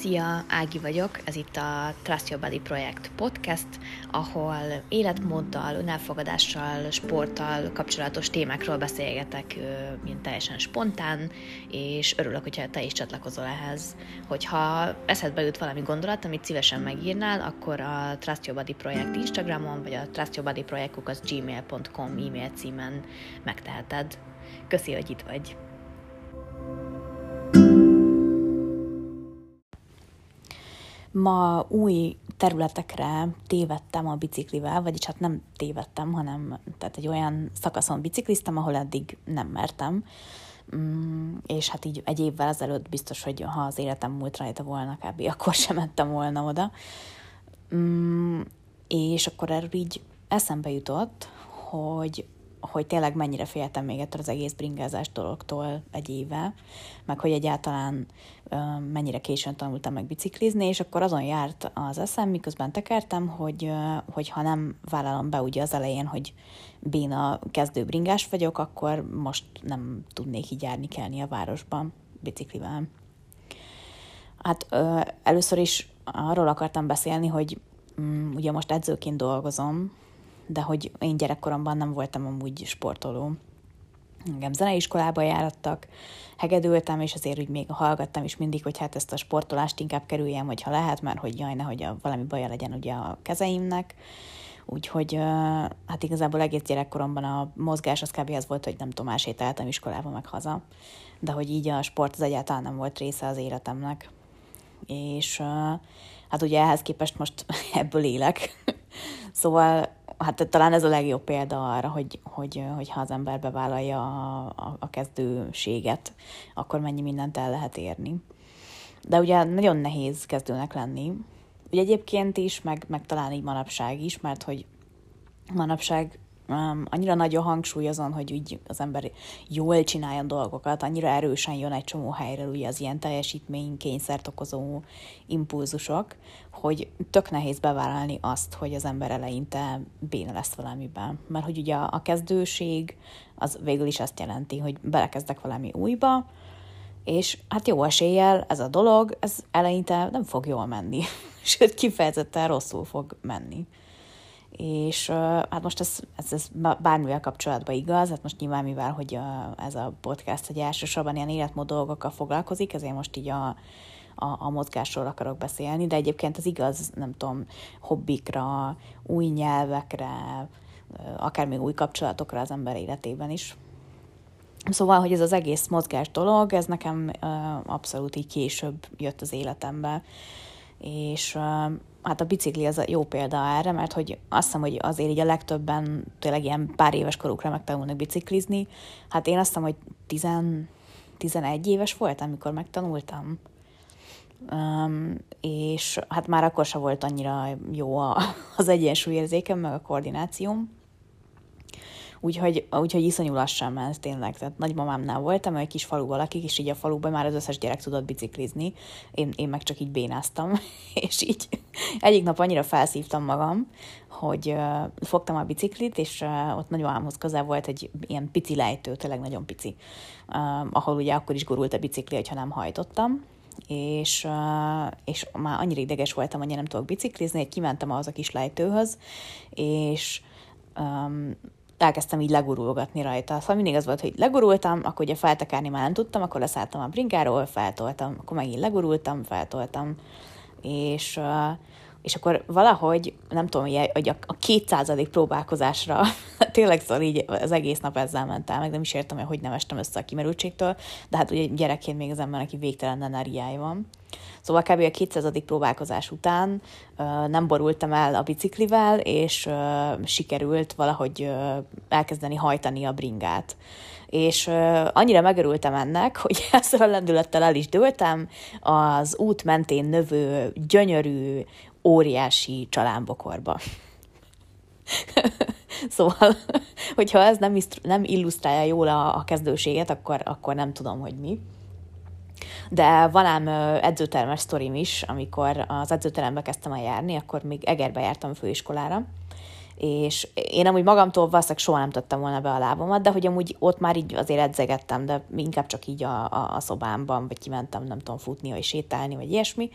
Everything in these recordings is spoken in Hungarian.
Szia, Ági vagyok, ez itt a Trust Your Body Projekt podcast, ahol életmóddal, önelfogadással, sporttal kapcsolatos témákról beszélgetek, mint teljesen spontán, és örülök, hogyha te is csatlakozol ehhez. Hogyha eszedbe jut valami gondolat, amit szívesen megírnál, akkor a Trust Your Body Projekt Instagramon, vagy a trustyourbodyprojekt@gmail.com e-mail címen megteheted. Köszi, hogy itt vagy! Ma új területekre tévedtem a biciklivel, vagyis hát nem tévedtem, hanem tehát egy olyan szakaszon bicikliztem, ahol eddig nem mertem. És hát így egy évvel ezelőtt biztos, hogy ha az életem múlt rajta volna kb. Akkor sem mentem volna oda. És akkor erről így eszembe jutott, hogy tényleg mennyire féltem még ettől az egész bringázás dologtól egy éve, meg hogy egyáltalán mennyire későn tanultam meg biciklizni, és akkor azon járt az eszem, miközben tekertem, hogy ha nem vállalom be ugye az elején, hogy béna kezdő bringás vagyok, akkor most nem tudnék így járni kelni a városban biciklivel. Hát először is arról akartam beszélni, hogy ugye most edzőként dolgozom, de hogy én gyerekkoromban nem voltam amúgy sportoló. Engem zeneiskolába járattak, hegedültem, és azért úgy még hallgattam is mindig, hogy hát ezt a sportolást inkább kerüljem, hogyha lehet, mert hogy jaj, nehogy valami baja legyen ugye a kezeimnek. Úgyhogy hát igazából egész gyerekkoromban a mozgás az kb. Az volt, hogy nem tudom, sétáltam iskolába meg haza, de hogy így a sport az egyáltalán nem volt része az életemnek. És hát ugye ehhez képest most ebből élek. Szóval hát talán ez a legjobb példa arra, hogy ha az ember bevállalja a kezdőséget, akkor mennyi mindent el lehet érni. De ugye nagyon nehéz kezdőnek lenni. Ugye egyébként is, meg talán így manapság is, mert hogy manapság annyira nagy a hangsúly azon, hogy úgy az ember jól csináljon dolgokat, annyira erősen jön egy csomó helyről ugye az ilyen teljesítménykényszert okozó impulzusok, hogy tök nehéz bevállalni azt, hogy az ember eleinte béna lesz valamiben. Mert hogy ugye a kezdőség az végül is azt jelenti, hogy belekezdek valami újba, és hát jó eséllyel ez a dolog, ez eleinte nem fog jól menni, sőt kifejezetten rosszul fog menni. És hát most ez bármivel kapcsolatban igaz, hát most nyilván mivel, hogy ez a podcast egy elsősorban ilyen életmód dolgokkal foglalkozik, ezért most így a mozgásról akarok beszélni, de egyébként ez igaz, nem tudom, hobbikra, új nyelvekre, akár még új kapcsolatokra az ember életében is. Szóval, hogy ez az egész mozgás dolog, ez nekem abszolút így később jött az életembe, és hát a bicikli az a jó példa erre, mert hogy azt hiszem, hogy azért így a legtöbben tényleg ilyen pár éves korukra megtanulnak biciklizni. Hát én azt hiszem, hogy 11 éves voltam, amikor megtanultam. És hát már akkor sem volt annyira jó az egyensúlyérzékem, meg a koordinációm. Úgyhogy iszonyú lassan ment tényleg. Tehát nagymamámnál voltam, egy kis faluban lakik, és így a faluban már az összes gyerek tudott biciklizni. Én meg csak így bénáztam. És így egyik nap annyira felszívtam magam, hogy fogtam a biciklit, és ott nagymamámhoz közel volt egy ilyen pici lejtő, tényleg nagyon pici, ahol ugye akkor is gurult a bicikli, hogyha nem hajtottam. És már annyira ideges voltam, hogy nem tudok biciklizni, hogy kimentem ahhoz a kis lejtőhöz, és elkezdtem így legurulgatni rajta. Szóval mindig az volt, hogy legurultam, akkor ugye feltekerni már nem tudtam, akkor leszálltam a bringáról, feltoltam, akkor megint legurultam, feltoltam, és akkor valahogy, nem tudom, hogy a 200. próbálkozásra, tényleg szóval így az egész nap ezzel ment el, meg nem is értem, hogy nem estem össze a kimerültségtől, de hát ugye gyerekként még az embernek végtelen energiája van. Szóval kb. A 200. próbálkozás után nem borultam el a biciklivel, és sikerült valahogy elkezdeni hajtani a bringát. És annyira megörültem ennek, hogy ezzel a lendülettel el is dőltem az út mentén növő, gyönyörű, óriási csalánbokorba. Szóval, hogyha ez nem illusztrálja jól a kezdőséget, akkor nem tudom, hogy mi. De van ám edzőtermes sztorim is, amikor az edzőterembe kezdtem el járni, akkor még Egerbe jártam főiskolára, és én amúgy magamtól valószínűleg soha nem tettem volna be a lábamat, de hogy amúgy ott már így azért edzegettem, de inkább csak így a szobámban, vagy kimentem, nem tudom, futni, vagy sétálni, vagy ilyesmi.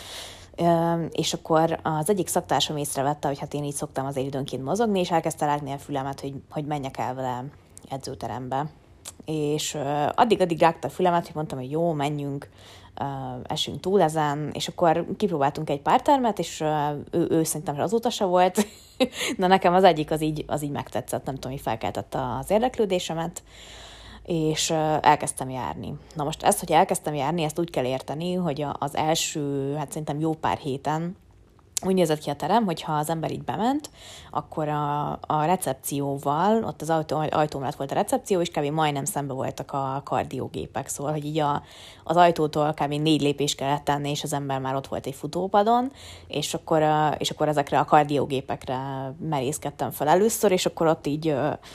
És akkor az egyik szaktársam észrevette, hogy hát én így szoktam azért időnként mozogni, és elkezdte rágni a fülemet, hogy menjek el vele edzőterembe. És addig rágta a fülemet, hogy mondtam, hogy jó, menjünk, esünk túl ezen, és akkor kipróbáltunk egy pártermet, és ő szerintem azóta se volt. Na nekem az egyik az így megtetszett, nem tudom, hogy felkeltette az érdeklődésemet, és elkezdtem járni. Na most ezt, hogy elkezdtem járni, ezt úgy kell érteni, hogy az első, hát szerintem jó pár héten úgy nézett ki a terem, hogyha az ember így bement, akkor a recepcióval, ott az ajtó mellett volt a recepció, és kb. Majdnem szembe voltak a kardiógépek, szóval, hogy így az ajtótól kb. 4 lépést kellett tenni, és az ember már ott volt egy futópadon, és akkor ezekre a kardiógépekre merészkedtem fel először, és akkor ott így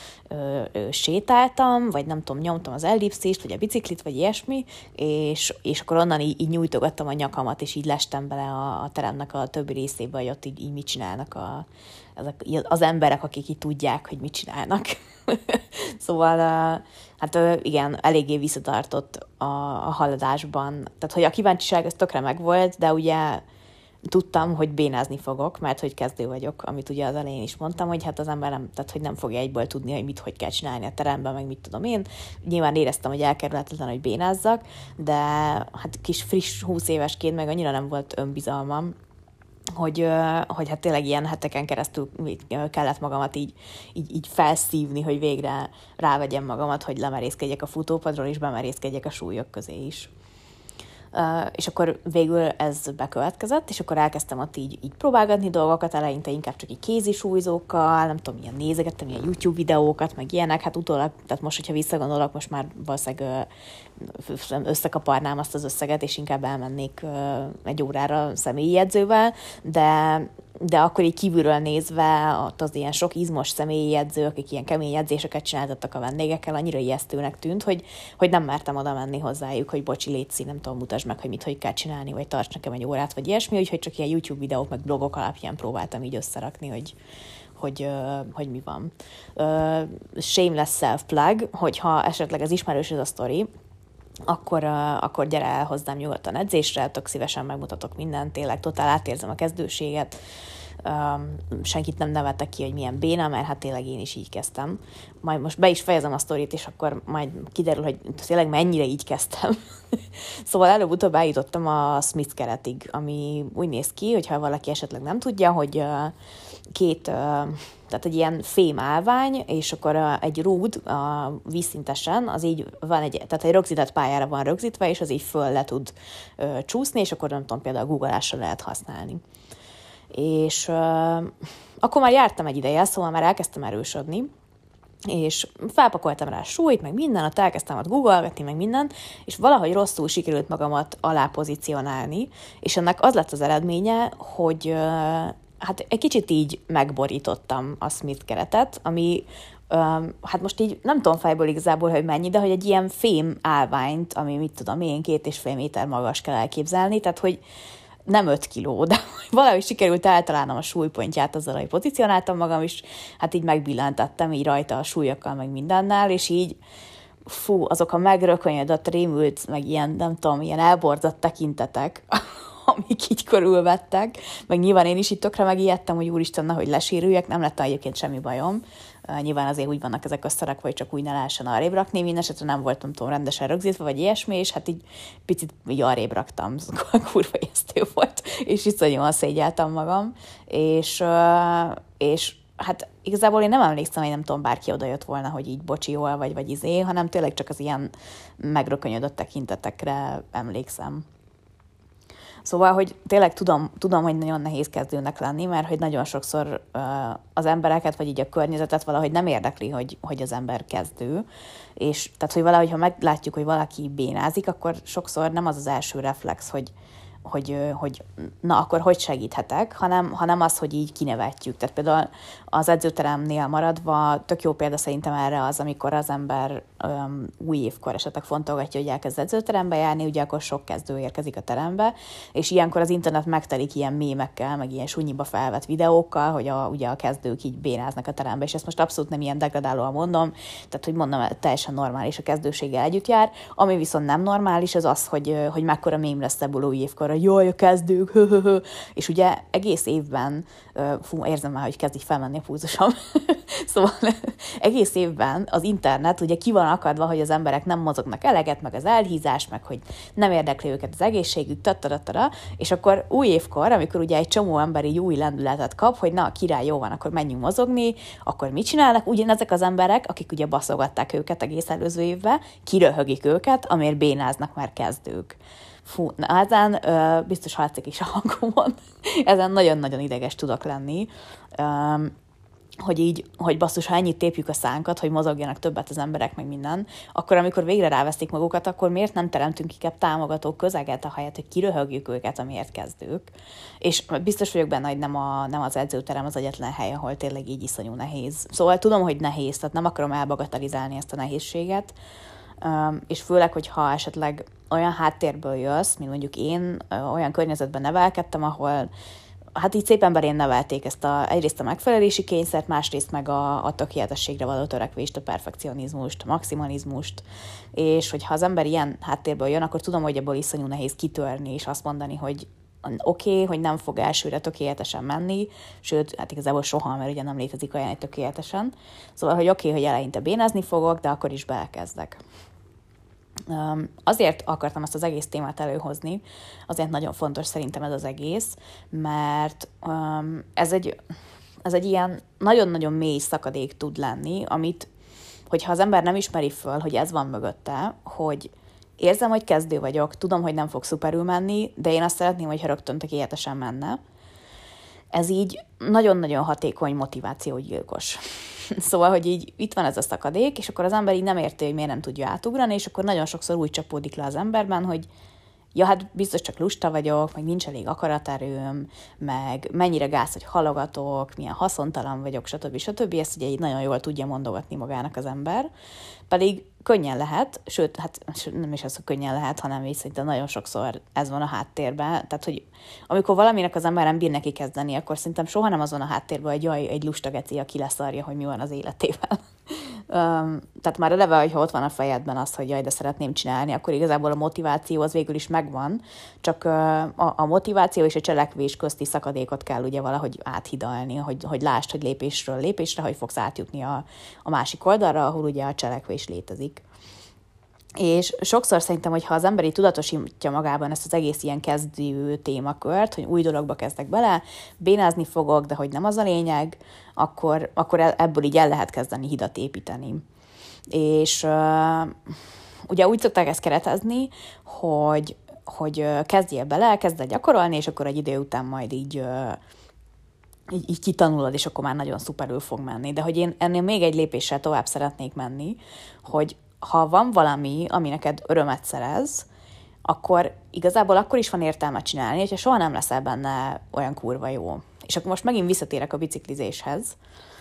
sétáltam, vagy nem tudom, nyomtam az ellipszist, vagy a biciklit, vagy ilyesmi, és akkor onnan így nyújtogattam a nyakamat, és így lestem bele a teremnek a többi részébe, hogy ott így mit csinálnak az emberek, akik így tudják, hogy mit csinálnak. Szóval, hát igen, eléggé visszatartott a haladásban. Tehát, hogy a kíváncsiság az tökre megvolt, de ugye tudtam, hogy bénázni fogok, mert hogy kezdő vagyok, amit ugye az elején is mondtam, hogy hát az ember nem, tehát hogy nem fogja egyből tudni, hogy hogy kell csinálni a teremben, meg mit tudom én. Nyilván éreztem, hogy elkerülhetetlen, hogy bénázzak, de hát kis friss 20 évesként meg annyira nem volt önbizalmam, hogy hát tényleg ilyen heteken keresztül kellett magamat így felszívni, hogy végre rávegyem magamat, hogy lemerészkedjek a futópadról, és bemerészkedjek a súlyok közé is. És akkor végül ez bekövetkezett, és akkor elkezdtem ott így próbálgatni dolgokat, eleinte inkább csak így kézisúlyzókkal, nem tudom, ilyen nézegettem ilyen YouTube videókat, meg ilyenek, hát utólag, tehát most, hogyha visszagondolok, most már valószínűleg összekaparnám azt az összeget, és inkább elmennék egy órára személyi edzővel, de akkor így kívülről nézve ott az ilyen sok izmos személyi edzők, akik ilyen kemény edzéseket csináltattak a vendégekkel, annyira ijesztőnek tűnt, hogy nem mertem oda menni hozzájuk, hogy bocsi, létszi, nem tudom, mutasd meg, hogy kell csinálni, vagy tarts nekem egy órát, vagy ilyesmi, úgyhogy csak ilyen YouTube videók, meg blogok alapján próbáltam így összerakni, hogy mi van. Shameless self-plug, hogyha esetleg ez ismerős ez a sztori, akkor gyere el hozzám nyugodtan edzésre, tök szívesen megmutatok mindent, tényleg totál átérzem a kezdőséget, senkit nem nevetek ki, hogy milyen béna, mert hát tényleg én is így kezdtem. Majd most be is fejezem a sztorit, és akkor majd kiderül, hogy tényleg mennyire így kezdtem. Szóval előbb-utóbb eljutottam a Smith keretig, ami úgy néz ki, hogyha valaki esetleg nem tudja, hogy tehát egy ilyen fém állvány, és akkor egy rúd vízszintesen, az így van tehát egy rögzített pályára van rögzítve, és az így föl le tud csúszni, és akkor nem tudom, például Google-ással lehet használni. És akkor már jártam egy ideje, szóval már elkezdtem erősödni, és felpakoltam rá súlyt, meg minden, ott elkezdtem ott googolgatni, meg minden, és valahogy rosszul sikerült magamat alá pozícionálni, és ennek az lett az eredménye, hogy hát egy kicsit így megborítottam a Smith keretet, ami hát most így nem tudom fejből igazából, hogy mennyi, de hogy egy ilyen fém állványt, ami mit tudom én, 2,5 méter magas kell elképzelni, tehát hogy nem 5 kiló, de valahogy sikerült eltalálnom a súlypontját azzal, hogy pozícionáltam magam, és hát így megbillentettem így rajta a súlyokkal, meg mindennel, és így azok a megrökönyödött, rémült, meg ilyen, nem tudom, ilyen elborzott tekintetek, amik így körülvettek, meg nyilván én is itt tökre megijedtem, hogy úristen, nehogy lesérüljek, nem lett egyébként semmi bajom. Nyilván azért úgy vannak ezek összerakva, hogy csak úgy ne lehessen arrébb rakni, mindenesetre nem voltam tudom rendesen rögzítve, vagy ilyesmi, és hát így picit így arrébb raktam, kurva ijesztő volt, és iszonyúan szégyeltem magam, és hát igazából én nem emlékszem, hogy nem tudom, bárki oda jött volna, hogy így bocsi jól, vagy hanem tényleg csak az ilyen megrökönyödött tekintetekre emlékszem. Szóval, hogy tényleg tudom, hogy nagyon nehéz kezdőnek lenni, mert hogy nagyon sokszor az embereket, vagy így a környezetet valahogy nem érdekli, hogy az ember kezdő, és tehát, hogy valahogy, ha meglátjuk, hogy valaki bénázik, akkor sokszor nem az az első reflex, hogy na, akkor hogy segíthetek, hanem az, hogy így kinevetjük. Tehát például az edzőteremnél maradva tök jó példa szerintem erre az, amikor az ember új évkor esetleg fontolgatja, hogy elkezd edzőterembe járni, ugye akkor sok kezdő érkezik a terembe, és ilyenkor az internet megtelik ilyen mémekkel, meg ilyen sunyiba felvett videókkal, hogy ugye a kezdők így bénáznak a terembe, és ezt most abszolút nem ilyen degradálóan mondom, tehát hogy mondom, teljesen normális a kezdőséggel együtt jár, ami viszont nem normális, az az, hogy mekkora mém lesz ebből új évkorra, jaj, a kezdők, és ugye egész évben, érzem már, hogy kezd így felmenni a pulzusom, szóval egész évben az internet ugye ki van akadva, hogy az emberek nem mozognak eleget, meg az elhízás, meg hogy nem érdekli őket az egészségük, és akkor új évkor, amikor ugye egy csomó ember így új lendületet kap, hogy na, király, jó van, akkor menjünk mozogni, akkor mit csinálnak? Ugyanezek az emberek, akik ugye baszogatták őket egész előző évben, kiröhögik őket, amiért bénáznak már kezdők. Fú, na ezen biztos hatszik is a hangomon, ezen nagyon-nagyon ideges tudok lenni, hogy basszus, ha ennyit tépjük a szánkat, hogy mozogjanak többet az emberek, meg minden, akkor amikor végre ráveszik magukat, akkor miért nem teremtünk inkább támogató közeget, ahelyett, hogy kiröhögjük őket, amiért kezdők. És biztos vagyok benne, hogy nem az edzőterem az egyetlen hely, ahol tényleg így iszonyú nehéz. Szóval tudom, hogy nehéz, tehát nem akarom elbagatelizálni ezt a nehézséget, és főleg, hogyha esetleg olyan háttérből jössz, mint mondjuk én, olyan környezetben nevelkedtem, ahol hát így szépen belén nevelték egyrészt a megfelelési kényszert, másrészt meg a tökéletességre való törekvést, a perfekcionizmust, a maximalizmust, és hogyha az ember ilyen háttérből jön, akkor tudom, hogy ebből iszonyú nehéz kitörni, és azt mondani, hogy oké, hogy nem fog elsőre tökéletesen menni, sőt, hát igazából soha, mert ugye nem létezik olyan, hogy tökéletesen. Szóval, hogy oké, hogy eleinte bénázni fogok, de akkor is belekezdek. Azért akartam ezt az egész témát előhozni, azért nagyon fontos szerintem ez az egész, mert ez egy ilyen nagyon-nagyon mély szakadék tud lenni, amit, hogyha az ember nem ismeri föl, hogy ez van mögötte, hogy érzem, hogy kezdő vagyok, tudom, hogy nem fog szuperül menni, de én azt szeretném, hogyha rögtön tökéletesen menne. Ez így nagyon-nagyon hatékony motivációgyilkos. Szóval, hogy így itt van ez a szakadék, és akkor az ember így nem érti, hogy miért nem tudja átugrani, és akkor nagyon sokszor úgy csapódik le az emberben, hogy ja, hát biztos csak lusta vagyok, meg nincs elég akaraterőm, meg mennyire gáz, hogy halogatok, milyen haszontalan vagyok, stb. Ezt ugye így nagyon jól tudja mondogatni magának az ember. Pedig könnyen lehet, sőt, hát nem is az, hogy könnyen lehet, hanem így szerintem nagyon sokszor ez van a háttérben. Tehát, hogy amikor valaminek az ember nem bír neki kezdeni, akkor szerintem soha nem az van a háttérben, hogy jaj, egy lusta geci, aki leszarja, hogy mi van az életével. Tehát már eleve, hogyha ott van a fejedben az, hogy jaj, de szeretném csinálni, akkor igazából a motiváció az végül is megvan, csak a motiváció és a cselekvés közti szakadékot kell ugye valahogy áthidalni, hogy lásd, hogy lépésről lépésre, hogy fogsz átjutni a másik oldalra, ahol ugye a cselekvés létezik. És sokszor szerintem, hogyha az ember így tudatosítja magában ezt az egész ilyen kezdő témakört, hogy új dologba kezdek bele, bénázni fogok, de hogy nem az a lényeg, akkor ebből így el lehet kezdeni hidat építeni. És ugye úgy szokták ezt keretezni, hogy kezdjél bele, kezd el gyakorolni, és akkor egy idő után majd így kitanulod, és akkor már nagyon szuperül fog menni. De hogy én ennél még egy lépéssel tovább szeretnék menni, hogy ha van valami, ami neked örömet szerez, akkor igazából akkor is van értelme csinálni, hogyha soha nem leszel benne olyan kurva jó. És akkor most megint visszatérek a biciklizéshez.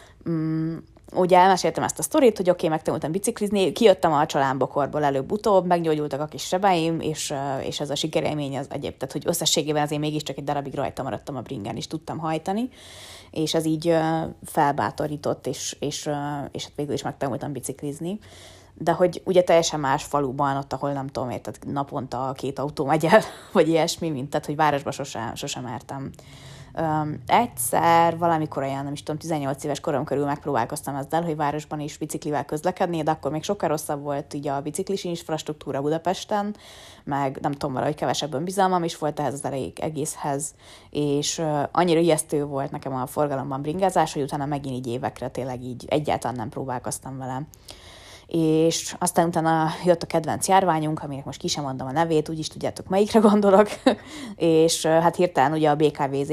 Ugye elmeséltem ezt a sztorit, hogy oké, megtanultam biciklizni, kijöttem a csalánbokorból előbb-utóbb, meggyógyultak a kis sebeim, és ez a sikerélmény az egyéb, tehát hogy összességében azért mégiscsak egy darabig rajta maradtam a bringán, és tudtam hajtani, és ez így felbátorított, és hát végül is megtanultam biciklizni. De hogy ugye teljesen más faluban, ott, ahol nem tudom, érted, naponta 2 autó megy el, vagy ilyesmi, mint tehát, hogy városba sosem mertem. Egyszer, valamikor olyan, nem is tudom, 18 éves korom körül megpróbálkoztam ezzel, hogy városban is biciklivel közlekedni, de akkor még sokkal rosszabb volt így a biciklis infrastruktúra Budapesten, meg nem tudom, valahogy kevesebb önbizalmam is volt ehhez az egészhez, és annyira ijesztő volt nekem a forgalomban bringázás, hogy utána megint így évekre tényleg így egyáltalán nem próbálkoztam vele. És aztán utána jött a kedvenc járványunk, aminek most ki sem mondom a nevét, úgyis tudjátok, melyikre gondolok, és hát hirtelen ugye a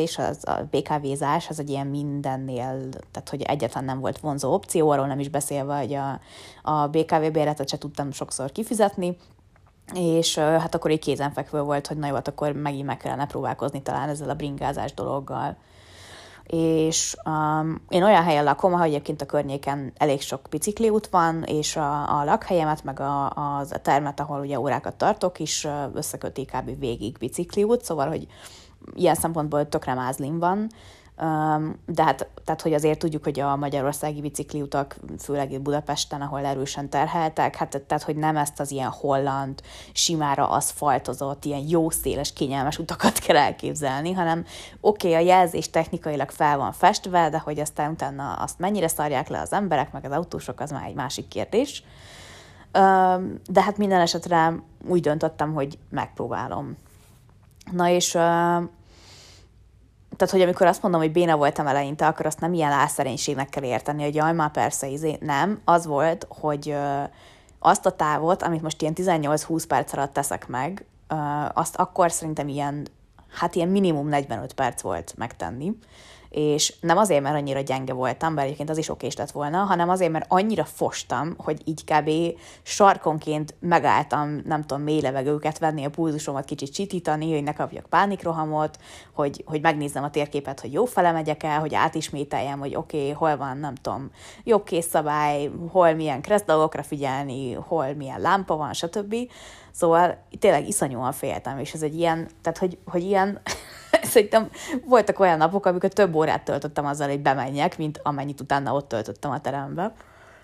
BKV-zás az egy ilyen mindennél, tehát hogy egyáltalán nem volt vonzó opció, arról nem is beszélve, hogy a BKV bérletet se tudtam sokszor kifizetni, és hát akkor így kézenfekvő volt, hogy na jó, hát akkor megint meg kellene próbálkozni talán ezzel a bringázás dologgal. és én olyan helyen lakom, ahol egyébként a környéken elég sok bicikliút van, és a lakhelyemet, meg a termet, ahol ugye órákat tartok is, összeköti kb. Végig bicikliút, szóval, hogy ilyen szempontból tökre mázlim van, de hát, tehát, hogy azért tudjuk, hogy a magyarországi bicikliutak, főleg itt Budapesten, ahol erősen terheltek, hát tehát, hogy nem ezt az ilyen holland, simára aszfaltozott, ilyen jó széles, kényelmes utakat kell elképzelni, hanem oké, a jelzés technikailag fel van festve, de hogy aztán utána azt mennyire szarják le az emberek, meg az autósok, az már egy másik kérdés. De hát minden esetre úgy döntöttem, hogy megpróbálom. Na és tehát, hogy amikor azt mondom, hogy béna voltam eleinte, akkor azt nem ilyen álszerénységnek kell érteni, hogy jaj, már persze, nem. Az volt, hogy azt a távot, amit most ilyen 18-20 perc alatt teszek meg, azt akkor szerintem ilyen minimum 45 perc volt megtenni. És nem azért, mert annyira gyenge voltam, bár egyébként az is okés lett volna, hanem azért, mert annyira fostam, hogy így kb. Sarkonként megálltam, nem tudom, mély levegőket venni, a pulzusomat kicsit csitítani, hogy ne kapjak pánikrohamot, hogy megnézzem a térképet, hogy jó fele megyek el, hogy átismételjem, hogy oké, hol van, nem tudom, jobb kézszabály, hol milyen keresztdolgokra figyelni, hol milyen lámpa van, stb. Szóval tényleg iszonyúan féltem, és ez egy ilyen, tehát hogy ilyen, szerintem voltak olyan napok, amikor több órát töltöttem azzal, hogy bemenjek, mint amennyit utána ott töltöttem a terembe.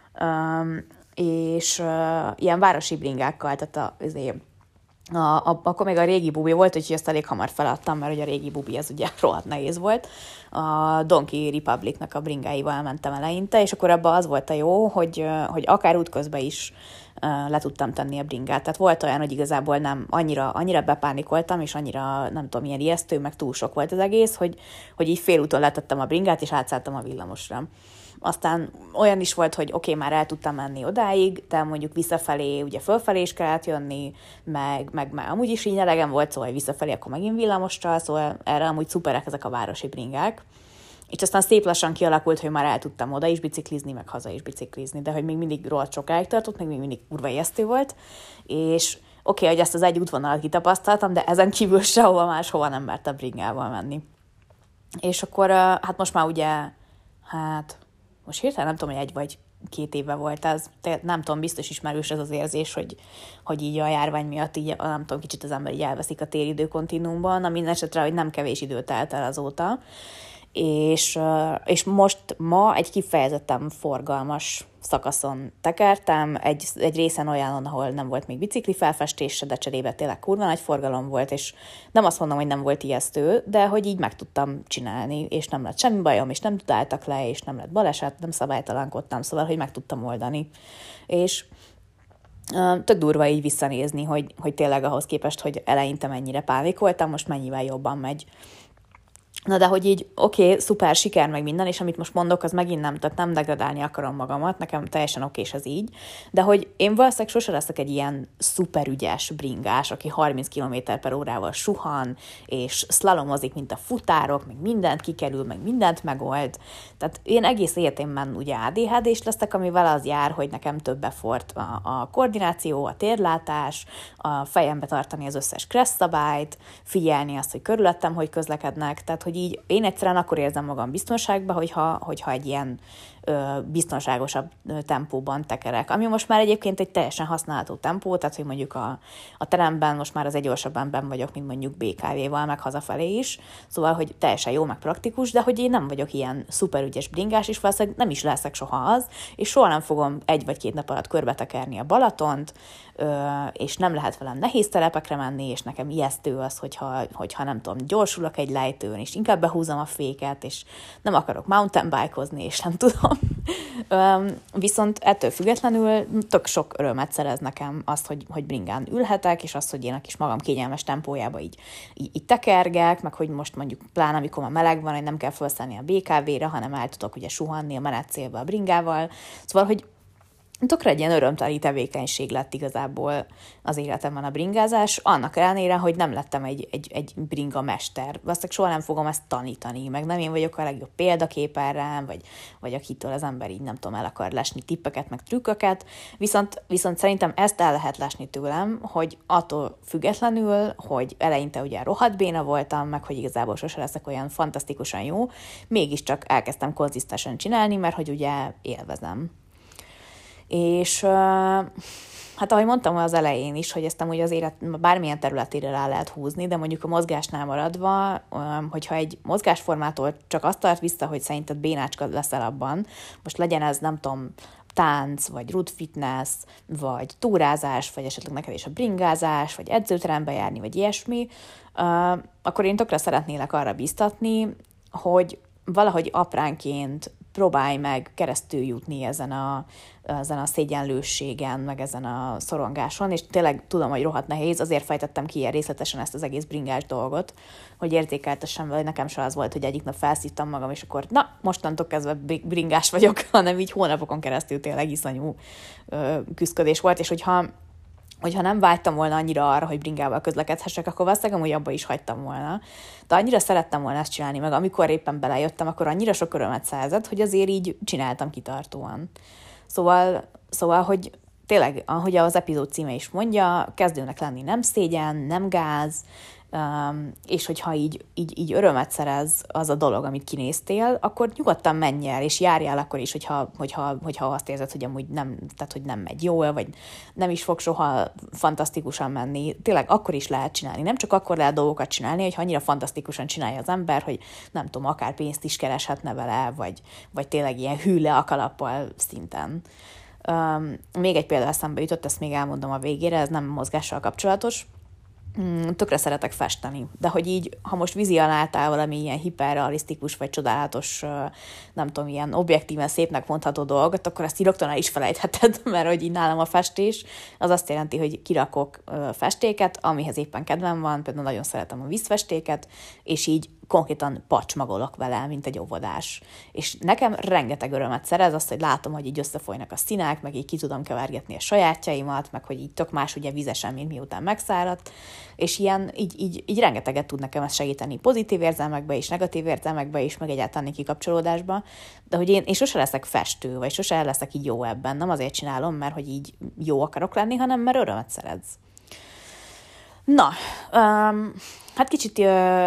És ilyen városi bringákkal, tehát akkor még a régi bubi volt, úgyhogy azt elég hamar feladtam, mert ugye a régi bubi az ugye rohadt nehéz volt. A Donkey Republicnak a bringáival mentem eleinte, és akkor abban az volt a jó, hogy akár útközben is le tudtam tenni a bringát. Tehát volt olyan, hogy igazából nem annyira bepánikoltam, és annyira, nem tudom, ilyen ijesztő, meg túl sok volt az egész, hogy így félúton letettem a bringát, és átszálltam a villamosra. Aztán olyan is volt, hogy oké, már el tudtam menni odáig, de mondjuk visszafelé, ugye fölfelé is kellett jönni, meg már amúgy is így elegem volt, szóval visszafelé akkor megint villamosra, szóval erre amúgy szuperek ezek a városi bringák. És aztán szép lassan kialakult, hogy már el tudtam oda is biciklizni, meg haza is biciklizni, de hogy még mindig rohadt sokáig tartott, még mindig kurva ijesztő volt, és oké, hogy ezt az egy útvonalat kitapasztaltam, de ezen kívül sehova máshova nem mertem bringával menni. És akkor, hát most már ugye, most hirtelen nem tudom, hogy 1 vagy 2 éve volt ez, nem tudom, biztos ismerős ez az érzés, hogy így a járvány miatt így, nem tudom, kicsit az ember így elveszik a téridő kontinuumban, na minden esetre, hogy nem kevés idő telt el azóta, és most ma egy kifejezetten forgalmas szakaszon tekertem, egy részen olyan, ahol nem volt még bicikli felfestése, de cserébe tényleg kurva nagy forgalom volt, és nem azt mondom, hogy nem volt ijesztő, de hogy így meg tudtam csinálni, és nem lett semmi bajom, és nem tudáltak le, és nem lett baleset, nem szabálytalankodtam, szóval, hogy meg tudtam oldani. És tök durva így visszanézni, hogy tényleg ahhoz képest, hogy eleinte mennyire pánikoltam, most mennyivel jobban megy. Na de hogy így oké, szuper, siker meg minden, és amit most mondok, az megint nem, tehát nem degradálni akarom magamat, nekem teljesen okés ez így, de hogy én valószínűleg sose leszek egy ilyen szuperügyes bringás, aki 30 km/h suhan, és szlalomozik, mint a futárok, meg mindent kikerül, meg mindent megold. Tehát én egész életemben ugye ADHD-s leszek, amivel az jár, hogy nekem több effort a koordináció, a térlátás, a fejembe tartani az összes kressz szabályt, figyelni azt, hogy körülöttem hogy közlekednek, tehát hogy így én egyszerűen akkor érzem magam biztonságban, hogyha egy ilyen biztonságosabb tempóban tekerek. Ami most már egyébként egy teljesen használható tempó, tehát hogy mondjuk a teremben most már az egy gyorsabban benn vagyok, mint mondjuk BKV-val, meg hazafelé is, szóval, hogy teljesen jó, meg praktikus, de hogy én nem vagyok ilyen szuperügyes bringás, és valószínűleg nem is leszek soha az, és soha nem fogom 1 vagy 2 nap alatt körbetekerni a Balatont, és nem lehet velem nehéz telepekre menni, és nekem ijesztő az, hogyha nem tudom, gyorsulok egy lejtőn, és inkább behúzom a féket, és nem akarok mountain bike-ozni, és nem tudom. Viszont ettől függetlenül tök sok örömet szerez nekem azt, hogy bringán ülhetek, és azt, hogy én a kis magam kényelmes tempójába így tekergek, meg hogy most mondjuk pláne, amikor már meleg van, hogy nem kell felszállni a BKV-re, hanem el tudok ugye suhanni a menetcélbe a bringával. Szóval, hogy tökre egy ilyen örömteli tevékenység lett igazából az életemben a bringázás, annak ellenére, hogy nem lettem egy bringa mester. Valószínűleg soha nem fogom ezt tanítani, meg nem én vagyok a legjobb példakép erre, vagy akitől az ember így nem tudom, el akar lesni tippeket, meg trükköket, viszont szerintem ezt el lehet lesni tőlem, hogy attól függetlenül, hogy eleinte ugye rohadt béna voltam, meg hogy igazából sose leszek olyan fantasztikusan jó, mégiscsak elkezdtem konzisztensen csinálni, mert hogy ugye élvezem. És hát ahogy mondtam az elején is, hogy ezt amúgy az élet bármilyen területére rá lehet húzni, de mondjuk a mozgásnál maradva, hogyha egy mozgásformától csak azt tart vissza, hogy szerinted bénácska leszel abban, most legyen ez nem tudom, tánc, vagy root fitness, vagy túrázás, vagy esetleg neked is a bringázás, vagy edzőterembe járni, vagy ilyesmi, akkor én tökre szeretnélek arra biztatni, hogy valahogy apránként próbálj meg keresztül jutni ezen a szégyenlősségen, meg ezen a szorongáson, és tényleg tudom, hogy rohadt nehéz, azért fejtettem ki ilyen részletesen ezt az egész bringás dolgot, hogy érzékeltessem, vagy nekem se az volt, hogy egyik nap felszívtam magam, és akkor na, mostantól kezdve bringás vagyok, hanem így hónapokon keresztül tényleg iszonyú küszködés volt, és hogyha nem vágytam volna annyira arra, hogy bringával közlekedhessek, akkor valószínűleg amúgy abba is hagytam volna. De annyira szerettem volna ezt csinálni, meg amikor éppen belejöttem, akkor annyira sok örömet szerzett, hogy azért így csináltam kitartóan. Szóval, hogy tényleg, ahogy az epizód címe is mondja, kezdőnek lenni nem szégyen, nem gáz, és hogyha így örömet szerez az a dolog, amit kinéztél, akkor nyugodtan menj el, és járjál akkor is, hogyha azt érzed, hogy amúgy nem, tehát hogy nem megy jól, vagy nem is fog soha fantasztikusan menni. Tényleg akkor is lehet csinálni. Nem csak akkor lehet dolgokat csinálni, hogyha annyira fantasztikusan csinálja az ember, hogy nem tudom, akár pénzt is kereshetne vele, vagy tényleg ilyen hűle a kalappal szinten. Még egy példa eszembe jutott, ezt még elmondom a végére, ez nem mozgással kapcsolatos. Tökre szeretek festeni, de hogy így, ha most vízi alá álltál valami ilyen hiperrealisztikus, vagy csodálatos, nem tudom, ilyen objektíven szépnek mondható dolgot, akkor ezt így rögtön el is felejtheted, mert hogy így nálam a festés, az azt jelenti, hogy kirakok festéket, amihez éppen kedvem van, például nagyon szeretem a vízfestéket, és így konkrétan pacsmagolok vele, mint egy óvodás. És nekem rengeteg örömet szerez azt, hogy látom, hogy így összefolynak a színek, meg így ki tudom kevergetni a sajátjaimat, meg hogy így tök más ugye vizesen, mint miután megszáradt, és ilyen, így rengeteget tud nekem ezt segíteni pozitív érzelmekbe is, negatív érzelmekbe is, meg egyáltalán kikapcsolódásba, de hogy én sose leszek festő, vagy sose leszek így jó ebben, nem azért csinálom, mert hogy így jó akarok lenni, hanem mert örömet szerez. Na, hát kicsit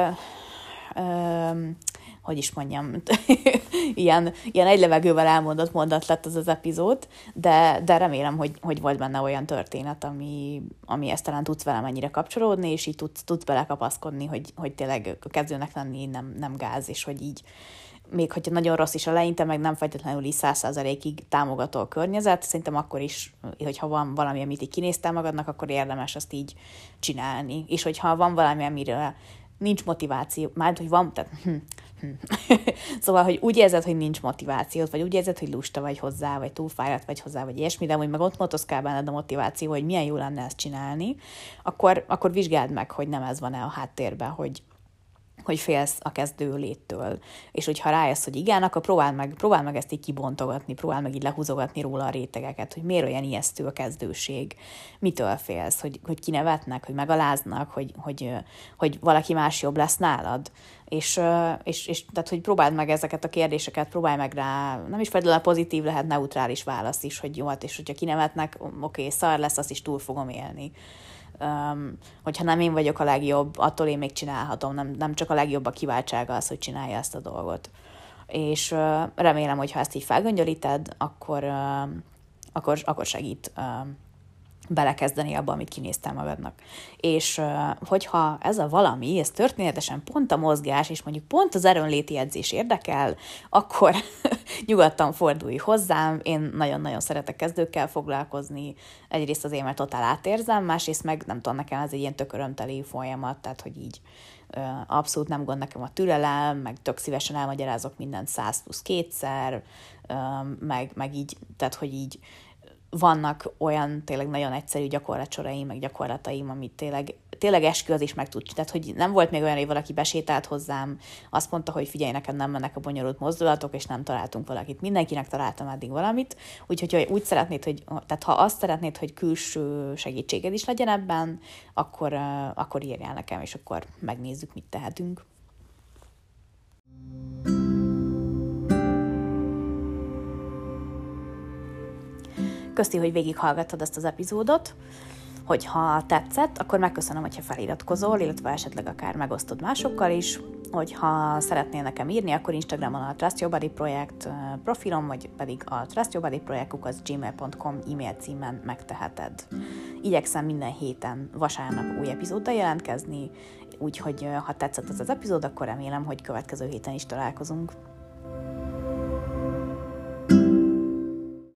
hogy is mondjam, ilyen egy levegővel elmondott mondat lett az epizód, de remélem, hogy volt benne olyan történet, ami ezt talán tudsz velem ennyire kapcsolódni, és így tudsz belekapaszkodni, hogy tényleg kezdőnek lenni nem gáz, és hogy így még hogyha nagyon rossz is eleinte, meg nem feltétlenül is 100%-ig támogató a környezet, szerintem akkor is, hogyha van valami, amit így kinéztél magadnak, akkor érdemes azt így csinálni. És hogyha van valami, amire nincs motiváció, már hogy van, tehát szóval, hogy úgy érzed, hogy nincs motivációt, vagy úgy érzed, hogy lusta vagy hozzá, vagy túlfáradt vagy hozzá, vagy ilyesmi, de hogy meg ott motoszkál benned a motiváció, hogy milyen jó lenne ezt csinálni, akkor vizsgáld meg, hogy nem ez van-e a háttérben, hogy félsz a kezdő léttől. És hogyha rájössz, hogy igen, akkor próbáld meg ezt így kibontogatni, próbáld meg így lehúzogatni róla a rétegeket, hogy miért olyan ijesztő a kezdőség, mitől félsz, hogy kinevetnek, hogy megaláznak, hogy valaki más jobb lesz nálad. És tehát, hogy próbáld meg ezeket a kérdéseket, próbálj meg rá, nem is feltétlenül pozitív, lehet neutrális válasz is, hogy jó, hát és hogyha kinevetnek, oké, szar lesz, azt is túl fogom élni. Hogyha nem én vagyok a legjobb, attól én még csinálhatom, nem csak a legjobb a kiváltsága az, hogy csinálja ezt a dolgot. És remélem, hogy ha ezt így felgöngyölíted, akkor segít belekezdeni abba, amit kinéztem magadnak. És hogyha ez a valami, ez történetesen pont a mozgás, és mondjuk pont az erőnléti edzés érdekel, akkor nyugodtan fordulj hozzám, én nagyon-nagyon szeretek kezdőkkel foglalkozni, egyrészt azért, mert totál átérzem, másrészt meg nem tudom, nekem ez egy ilyen tök örömteli folyamat, tehát hogy így abszolút nem gond nekem a türelem, meg tök szívesen elmagyarázok mindent 100+2-szer, meg így, tehát hogy így vannak olyan tényleg nagyon egyszerű gyakorlatsoraim, meg gyakorlataim, amit tényleg eskü az is meg tud. Tehát, hogy nem volt még olyan, hogy valaki besétált hozzám, azt mondta, hogy figyelj, nekem nem mennek a bonyolult mozdulatok, és nem találtunk valakit. Mindenkinek találtam eddig valamit, úgyhogy ha úgy szeretnéd, tehát ha azt szeretnéd, hogy külső segítséged is legyen ebben, akkor írjál nekem, és akkor megnézzük, mit tehetünk. Köszi, hogy végighallgattad ezt az epizódot. Hogyha tetszett, akkor megköszönöm, hogyha feliratkozol, illetve esetleg akár megosztod másokkal is. Hogyha szeretnél nekem írni, akkor Instagramon a Trust Your Body projekt profilom, vagy pedig a trustyourbodyprojekt@gmail.com e-mail címen megteheted. Igyekszem minden héten vasárnap új epizóddal jelentkezni, úgyhogy ha tetszett ez az epizód, akkor remélem, hogy következő héten is találkozunk.